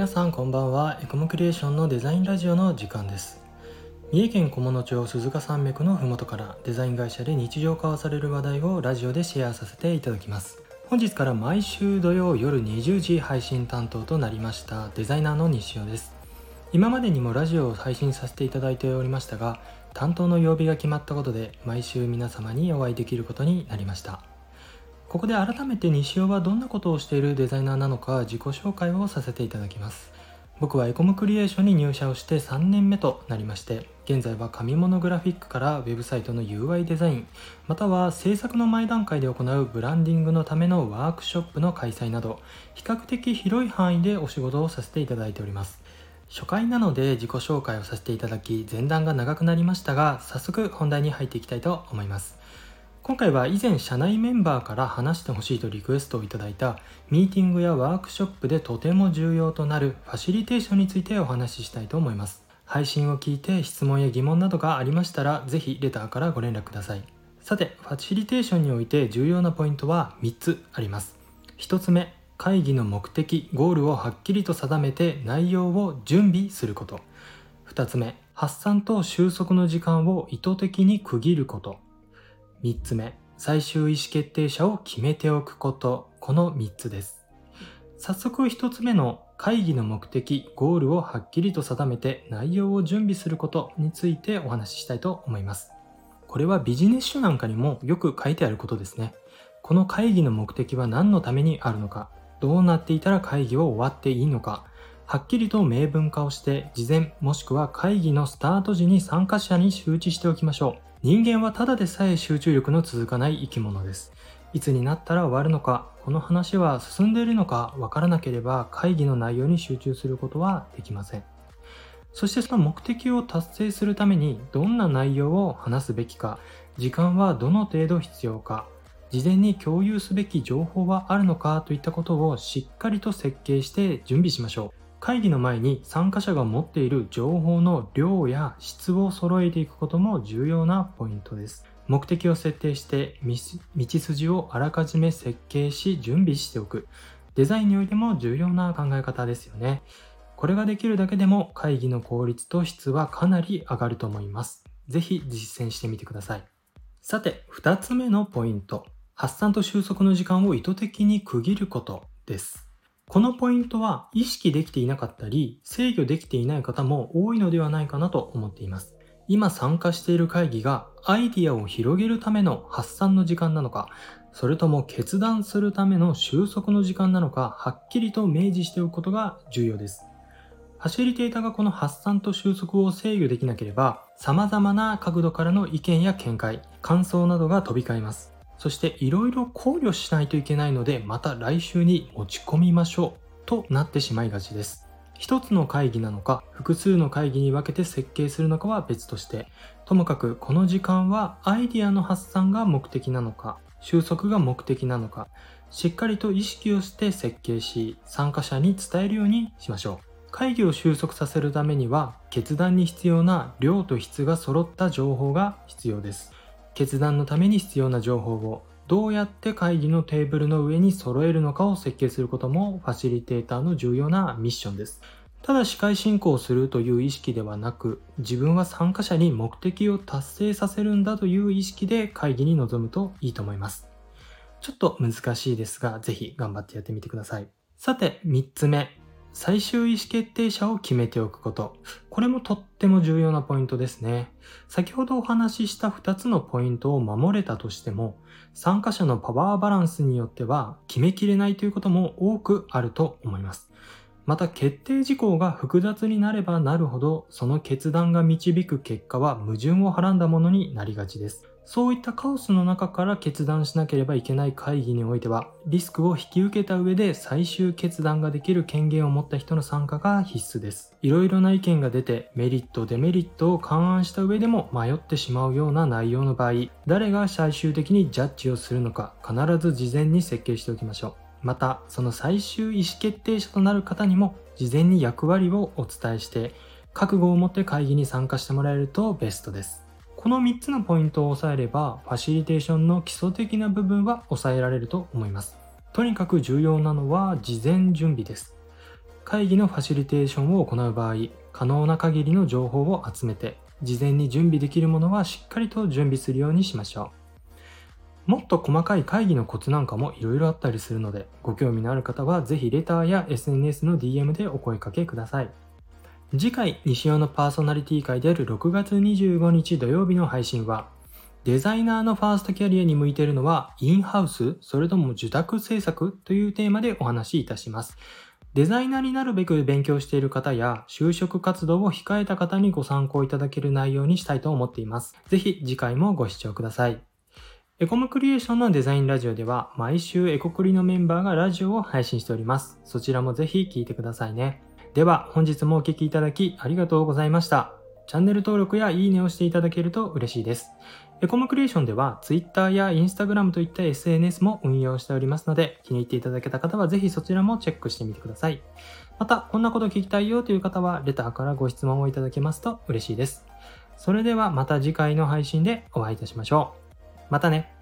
皆さんこんばんは。エコムクリエーションのデザインラジオの時間です。三重県菰野町鈴鹿山脈のふもとからデザイン会社で日常化される話題をラジオでシェアさせていただきます。本日から毎週土曜夜20時配信担当となりましたデザイナーの西尾です。今までにもラジオを配信させていただいておりましたが、担当の曜日が決まったことで毎週皆様にお会いできることになりました。ここで改めて西尾はどんなことをしているデザイナーなのか自己紹介をさせていただきます。僕はエコムクリエーションに入社をして3年目となりまして、現在は紙物グラフィックからウェブサイトの UI デザイン、または制作の前段階で行うブランディングのためのワークショップの開催など、比較的広い範囲でお仕事をさせていただいております。初回なので自己紹介をさせていただき、前段が長くなりましたが、早速本題に入っていきたいと思います。今回は以前社内メンバーから話してほしいとリクエストをいただいたミーティングやワークショップでとても重要となるファシリテーションについてお話ししたいと思います。配信を聞いて質問や疑問などがありましたらぜひレターからご連絡ください。さて、ファシリテーションにおいて重要なポイントは3つあります。1つ目、会議の目的・ゴールをはっきりと定めて内容を準備すること。2つ目、発散と収束の時間を意図的に区切ること。3つ目、最終意思決定者を決めておくこと。この3つです。早速1つ目の会議の目的・ゴールをはっきりと定めて内容を準備することについてお話ししたいと思います。これはビジネス書なんかにもよく書いてあることですね。この会議の目的は何のためにあるのか、どうなっていたら会議を終わっていいのか、はっきりと明文化をして事前もしくは会議のスタート時に参加者に周知しておきましょう。人間はただでさえ集中力の続かない生き物です。いつになったら終わるのか、この話は進んでいるのかわからなければ会議の内容に集中することはできません。そしてその目的を達成するためにどんな内容を話すべきか、時間はどの程度必要か、事前に共有すべき情報はあるのかといったことをしっかりと設計して準備しましょう。会議の前に参加者が持っている情報の量や質を揃えていくことも重要なポイントです。目的を設定して道筋をあらかじめ設計し準備しておく。デザインにおいても重要な考え方ですよね。これができるだけでも会議の効率と質はかなり上がると思います。ぜひ実践してみてください。さて、2つ目のポイント。発散と収束の時間を意図的に区切ることです。このポイントは意識できていなかったり制御できていない方も多いのではないかなと思っています。今参加している会議がアイディアを広げるための発散の時間なのか、それとも決断するための収束の時間なのか、はっきりと明示しておくことが重要です。ファシリテーターがこの発散と収束を制御できなければ、様々な角度からの意見や見解、感想などが飛び交います。そしていろいろ考慮しないといけないので、また来週に持ち込みましょうとなってしまいがちです。一つの会議なのか複数の会議に分けて設計するのかは別として、ともかくこの時間はアイディアの発散が目的なのか収束が目的なのか、しっかりと意識をして設計し参加者に伝えるようにしましょう。会議を収束させるためには決断に必要な量と質が揃った情報が必要です。決断のために必要な情報をどうやって会議のテーブルの上に揃えるのかを設計することもファシリテーターの重要なミッションです。ただ司会進行をするという意識ではなく、自分は参加者に目的を達成させるんだという意識で会議に臨むといいと思います。ちょっと難しいですが、ぜひ頑張ってやってみてください。さて、3つ目。最終意思決定者を決めておくこと。これもとっても重要なポイントですね。先ほどお話しした2つのポイントを守れたとしても、参加者のパワーバランスによっては決めきれないということも多くあると思います。また決定事項が複雑になればなるほど、その決断が導く結果は矛盾をはらんだものになりがちです。そういったカオスの中から決断しなければいけない会議においては、リスクを引き受けた上で最終決断ができる権限を持った人の参加が必須です。いろいろな意見が出てメリットデメリットを勘案した上でも迷ってしまうような内容の場合、誰が最終的にジャッジをするのか必ず事前に設計しておきましょう。またその最終意思決定者となる方にも事前に役割をお伝えして覚悟を持って会議に参加してもらえるとベストです。この3つのポイントを押さえれば、ファシリテーションの基礎的な部分は抑えられると思います。とにかく重要なのは事前準備です。 会議のファシリテーションを行う場合、可能な限りの情報を集めて、事前に準備できるものはしっかりと準備するようにしましょう。もっと細かい会議のコツなんかもいろいろあったりするので、ご興味のある方はぜひレターや SNS の DM でお声掛けください。次回、西尾のパーソナリティ会である6月25日土曜日の配信は、デザイナーのファーストキャリアに向いているのはインハウス、それとも受託制作というテーマでお話しいたします。デザイナーになるべく勉強している方や就職活動を控えた方にご参考いただける内容にしたいと思っています。ぜひ次回もご視聴ください。エコムクリエーションのデザインラジオでは毎週エコクリのメンバーがラジオを配信しております。そちらもぜひ聞いてくださいね。では本日もお聞きいただきありがとうございました。チャンネル登録やいいねをしていただけると嬉しいです。エコムクリエーションでは Twitter や Instagram といった SNS も運用しておりますので、気に入っていただけた方はぜひそちらもチェックしてみてください。また、こんなこと聞きたいよという方はレターからご質問をいただけますと嬉しいです。それではまた次回の配信でお会いいたしましょう。またね。